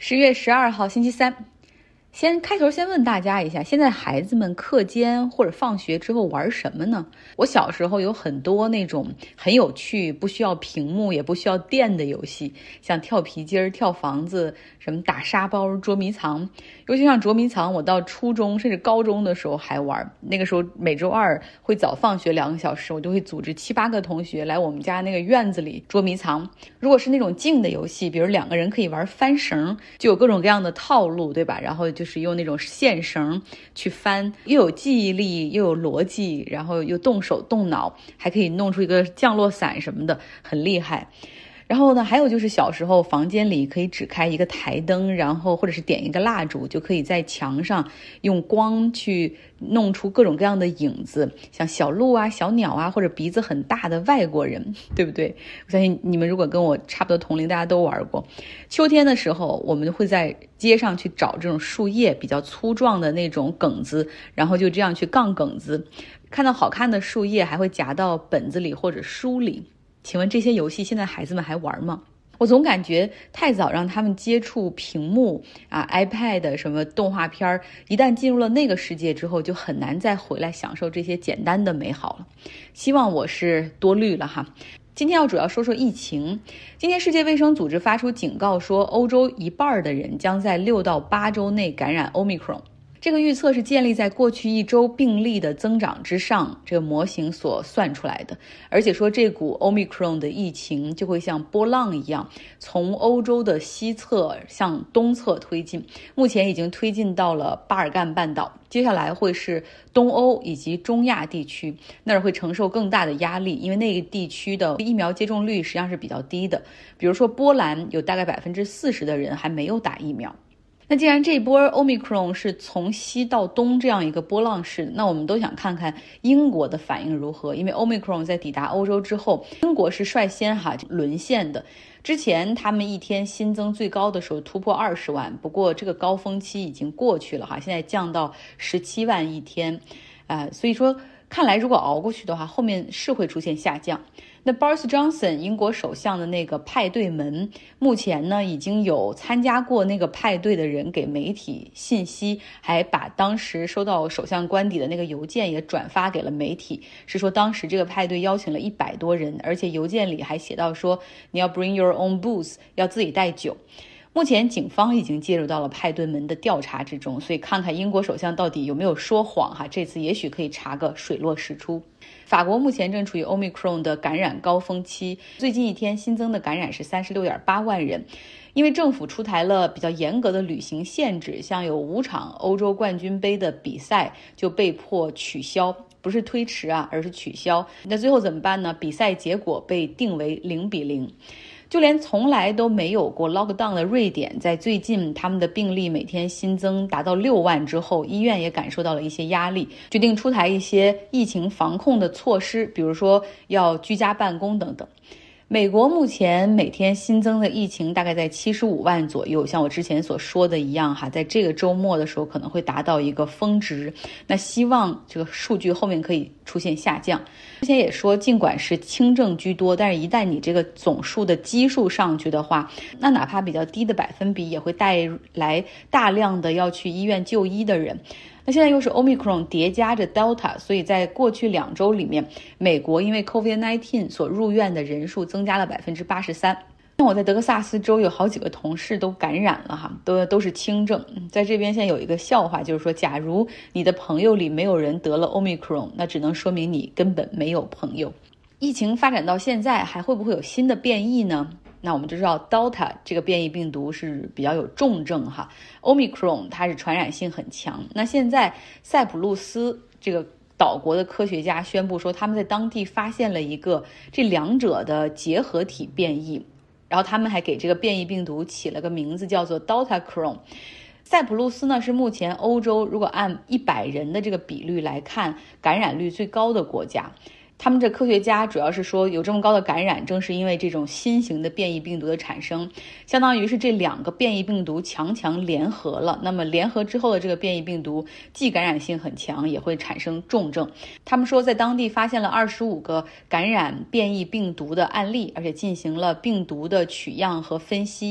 10月12号星期三，开头先问大家一下，现在孩子们课间或者放学之后玩什么呢？我小时候有很多那种很有趣，不需要屏幕也不需要电的游戏，像跳皮筋、跳房子，什么打沙包、捉迷藏。尤其像捉迷藏，我到初中甚至高中的时候还玩。那个时候每周二会早放学2个小时，我就会组织7、8个同学来我们家那个院子里捉迷藏。如果是那种静的游戏，比如2个人可以玩翻绳，就有各种各样的套路，对吧？然后就是用那种线绳去翻，又有记忆力又有逻辑，然后又动手动脑，还可以弄出一个降落伞什么的，很厉害。然后呢，还有就是小时候房间里可以只开一个台灯，然后或者是点一个蜡烛，就可以在墙上用光去弄出各种各样的影子，像小鹿啊、小鸟啊，或者鼻子很大的外国人，对不对？我相信你们如果跟我差不多同龄，大家都玩过。秋天的时候，我们会在街上去找这种树叶比较粗壮的那种梗子，然后就这样去杠梗子，看到好看的树叶还会夹到本子里或者书里。请问这些游戏现在孩子们还玩吗？我总感觉太早让他们接触屏幕啊 iPad 什么动画片，一旦进入了那个世界之后，就很难再回来享受这些简单的美好了。希望我是多虑了哈。今天要主要说说疫情。今天世界卫生组织发出警告说，欧洲1半的人将在6到8周内感染 Omicron。这个预测是建立在过去1周病例的增长之上，这个模型所算出来的。而且说这股 Omicron 的疫情就会像波浪一样，从欧洲的西侧向东侧推进，目前已经推进到了巴尔干半岛，接下来会是东欧以及中亚地区，那儿会承受更大的压力，因为那个地区的疫苗接种率实际上是比较低的。比如说波兰有大概40%的人还没有打疫苗。那既然这波 Omicron 是从西到东这样一个波浪式，那我们都想看看英国的反应如何，因为 Omicron 在抵达欧洲之后，英国是率先沦陷的。之前他们一天新增最高的时候突破20万，不过这个高峰期已经过去了现在降到17万一天，所以说看来如果熬过去的话，后面是会出现下降。那 Boris Johnson 英国首相的那个派对门，目前呢已经有参加过那个派对的人给媒体信息，还把当时收到首相官邸的那个邮件也转发给了媒体，是说当时这个派对邀请了100多人，而且邮件里还写到说你要 bring your own booze， 要自己带酒。目前警方已经介入到了派对门的调查之中，所以看看英国首相到底有没有说谎这次也许可以查个水落石出。法国目前正处于 Omicron 的感染高峰期，最近一天新增的感染是36.8万人。因为政府出台了比较严格的旅行限制，像有5场欧洲冠军杯的比赛就被迫取消，不是推迟而是取消。那最后怎么办呢？比赛结果被定为0-0。就连从来都没有过 lockdown 的瑞典，在最近他们的病例每天新增达到6万之后，医院也感受到了一些压力，决定出台一些疫情防控的措施，比如说要居家办公等等。美国目前每天新增的疫情大概在75万左右，像我之前所说的一样在这个周末的时候可能会达到一个峰值，那希望这个数据后面可以出现下降。之前也说尽管是轻症居多，但是一旦你这个总数的基数上去的话，那哪怕比较低的百分比也会带来大量的要去医院就医的人。那现在又是 Omicron 叠加着 Delta， 所以在过去2周里面，美国因为 COVID-19 所入院的人数增加了83%。那我在德克萨斯州有好几个同事都感染了都是轻症。在这边现在有一个笑话，就是说假如你的朋友里没有人得了 Omicron， 那只能说明你根本没有朋友。疫情发展到现在还会不会有新的变异呢？那我们就知道 Delta 这个变异病毒是比较有重症Omicron 它是传染性很强。那现在塞浦路斯这个岛国的科学家宣布说，他们在当地发现了一个这2者的结合体变异，然后他们还给这个变异病毒起了个名字叫做 Deltacron。塞浦路斯呢是目前欧洲如果按100人的这个比率来看，感染率最高的国家。他们这科学家主要是说，有这么高的感染，正是因为这种新型的变异病毒的产生，相当于是这2个变异病毒强联合了。那么联合之后的这个变异病毒，既感染性很强，也会产生重症。他们说，在当地发现了25个感染变异病毒的案例，而且进行了病毒的取样和分析。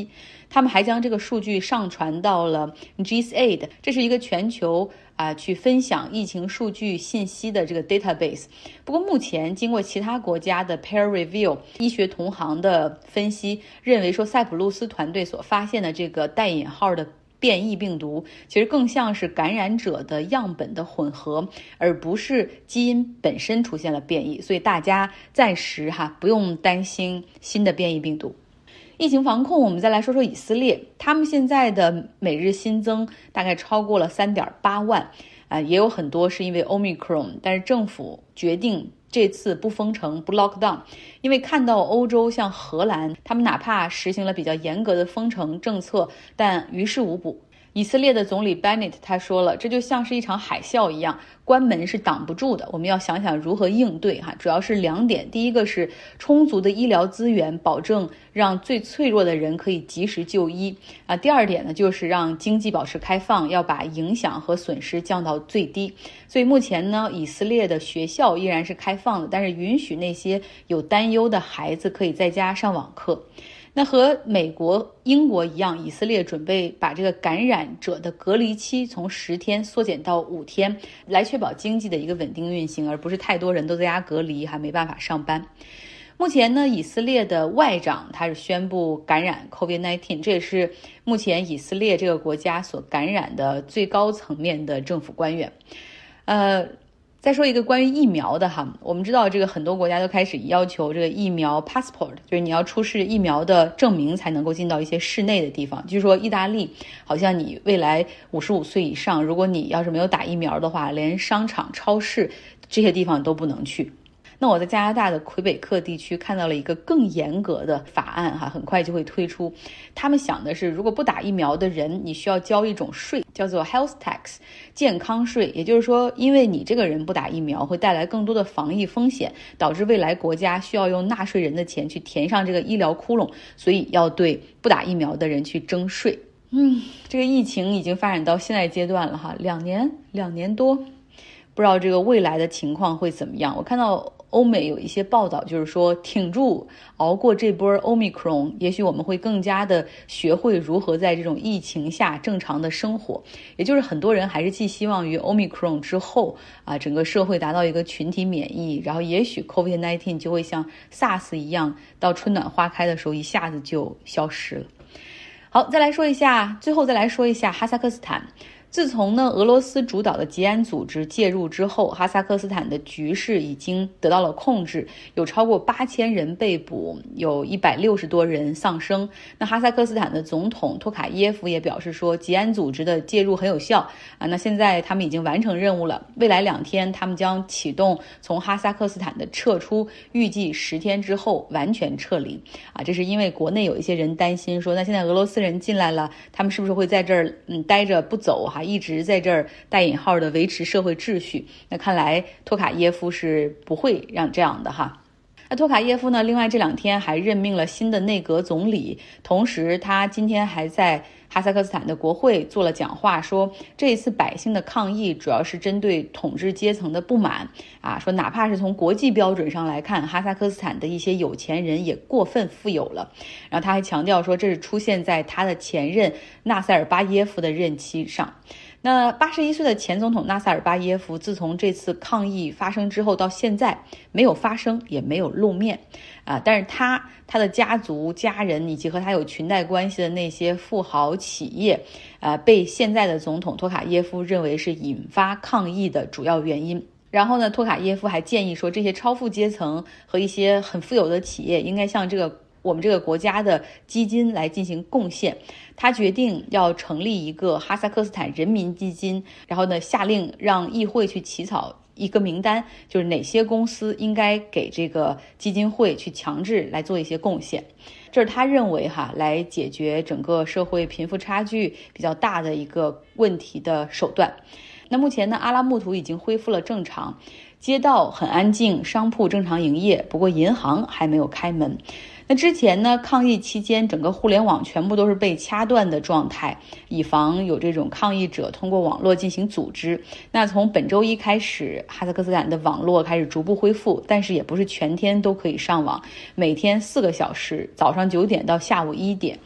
他们还将这个数据上传到了 GISAID， 这是一个全球去分享疫情数据信息的这个 database。 不过目前经过其他国家的 peer review 医学同行的分析，认为说塞浦路斯团队所发现的这个带引号的变异病毒其实更像是感染者的样本的混合，而不是基因本身出现了变异，所以大家暂时不用担心新的变异病毒。疫情防控，我们再来说说以色列，他们现在的每日新增大概超过了 3.8 万，也有很多是因为 Omicron， 但是政府决定这次不封城不 lockdown， 因为看到欧洲像荷兰，他们哪怕实行了比较严格的封城政策，但于事无补。以色列的总理 Bennett 他说了，这就像是一场海啸一样，关门是挡不住的，我们要想想如何应对主要是2点，第一个是充足的医疗资源，保证让最脆弱的人可以及时就医第二点呢，就是让经济保持开放，要把影响和损失降到最低。所以目前呢，以色列的学校依然是开放的，但是允许那些有担忧的孩子可以在家上网课。那和美国、英国一样，以色列准备把这个感染者的隔离期从10天缩减到5天，来确保经济的一个稳定运行，而不是太多人都在家隔离还没办法上班。目前呢，以色列的外长他是宣布感染 COVID-19， 这也是目前以色列这个国家所感染的最高层面的政府官员。再说一个关于疫苗的我们知道这个很多国家都开始要求这个疫苗 passport， 就是你要出示疫苗的证明才能够进到一些室内的地方。据说意大利好像你未来55岁以上，如果你要是没有打疫苗的话，连商场、超市这些地方都不能去。那我在加拿大的魁北克地区看到了一个更严格的法案很快就会推出。他们想的是，如果不打疫苗的人，你需要交一种税，叫做 health tax， 健康税。也就是说，因为你这个人不打疫苗，会带来更多的防疫风险，导致未来国家需要用纳税人的钱去填上这个医疗窟窿，所以要对不打疫苗的人去征税。这个疫情已经发展到现在阶段了2年多，不知道这个未来的情况会怎么样。我看到欧美有一些报道，就是说挺住熬过这波 Omicron， 也许我们会更加的学会如何在这种疫情下正常的生活。也就是很多人还是寄希望于 Omicron 之后整个社会达到一个群体免疫，然后也许 COVID-19 就会像 SARS 一样，到春暖花开的时候一下子就消失了。好，最后再来说一下哈萨克斯坦。自从俄罗斯主导的吉安组织介入之后，哈萨克斯坦的局势已经得到了控制，有超过8000人被捕，有160多人丧生。那哈萨克斯坦的总统托卡耶夫也表示说，吉安组织的介入很有效那现在他们已经完成任务了，未来2天他们将启动从哈萨克斯坦的撤出，预计10天之后完全撤离这是因为国内有一些人担心说，那现在俄罗斯人进来了，他们是不是会在这儿待着不走一直在这儿带引号的维持社会秩序。那看来托卡耶夫是不会让这样的那托卡耶夫呢，另外这2天还任命了新的内阁总理，同时他今天还在哈萨克斯坦的国会做了讲话，说这一次百姓的抗议主要是针对统治阶层的不满说哪怕是从国际标准上来看，哈萨克斯坦的一些有钱人也过分富有了。然后他还强调说，这是出现在他的前任纳塞尔巴耶夫的任期上。那81岁的前总统纳萨尔巴耶夫自从这次抗议发生之后到现在没有发声，也没有露面但是他的家族家人以及和他有裙带关系的那些富豪企业被现在的总统托卡耶夫认为是引发抗议的主要原因。然后呢，托卡耶夫还建议说，这些超富阶层和一些很富有的企业应该向我们这个国家的基金来进行贡献。他决定要成立一个哈萨克斯坦人民基金，然后呢下令让议会去起草一个名单，就是哪些公司应该给这个基金会去强制来做一些贡献。这是他认为来解决整个社会贫富差距比较大的一个问题的手段。那目前呢，阿拉木图已经恢复了正常，街道很安静，商铺正常营业，不过银行还没有开门。那之前呢，抗议期间整个互联网全部都是被掐断的状态，以防有这种抗议者通过网络进行组织。那从本周一开始，哈萨克斯坦的网络开始逐步恢复，但是也不是全天都可以上网，每天4个小时，早上9点到下午1点。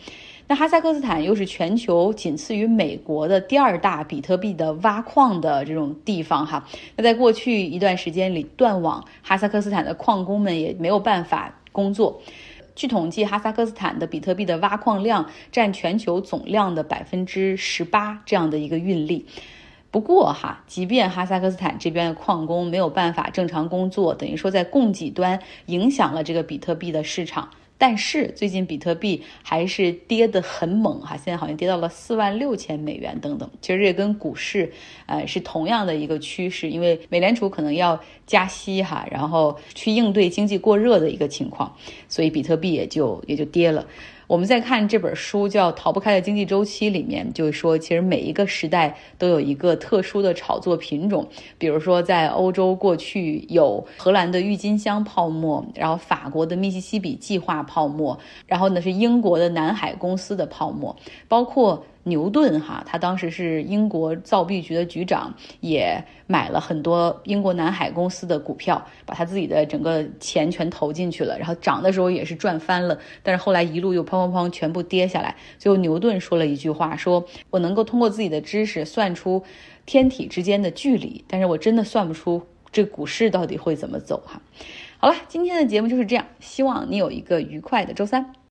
那哈萨克斯坦又是全球仅次于美国的第2大比特币的挖矿的这种地方哈。那在过去一段时间里断网，哈萨克斯坦的矿工们也没有办法工作。据统计，哈萨克斯坦的比特币的挖矿量占全球总量的18%这样的一个运力。不过即便哈萨克斯坦这边的矿工没有办法正常工作，等于说在供给端影响了这个比特币的市场，但是最近比特币还是跌得很猛现在好像跌到了46000美元等等。其实这跟股市是同样的一个趋势，因为美联储可能要加息然后去应对经济过热的一个情况，所以比特币也就跌了。我们在看这本书叫《逃不开的经济周期》里面，就是说其实每一个时代都有一个特殊的炒作品种。比如说在欧洲过去有荷兰的郁金香泡沫，然后法国的密西西比计划泡沫，然后呢是英国的南海公司的泡沫，包括牛顿他当时是英国造币局的局长，也买了很多英国南海公司的股票，把他自己的整个钱全投进去了，然后涨的时候也是赚翻了，但是后来一路又砰砰砰全部跌下来。最后牛顿说了一句话，说我能够通过自己的知识算出天体之间的距离，但是我真的算不出这股市到底会怎么走好了，今天的节目就是这样，希望你有一个愉快的周三。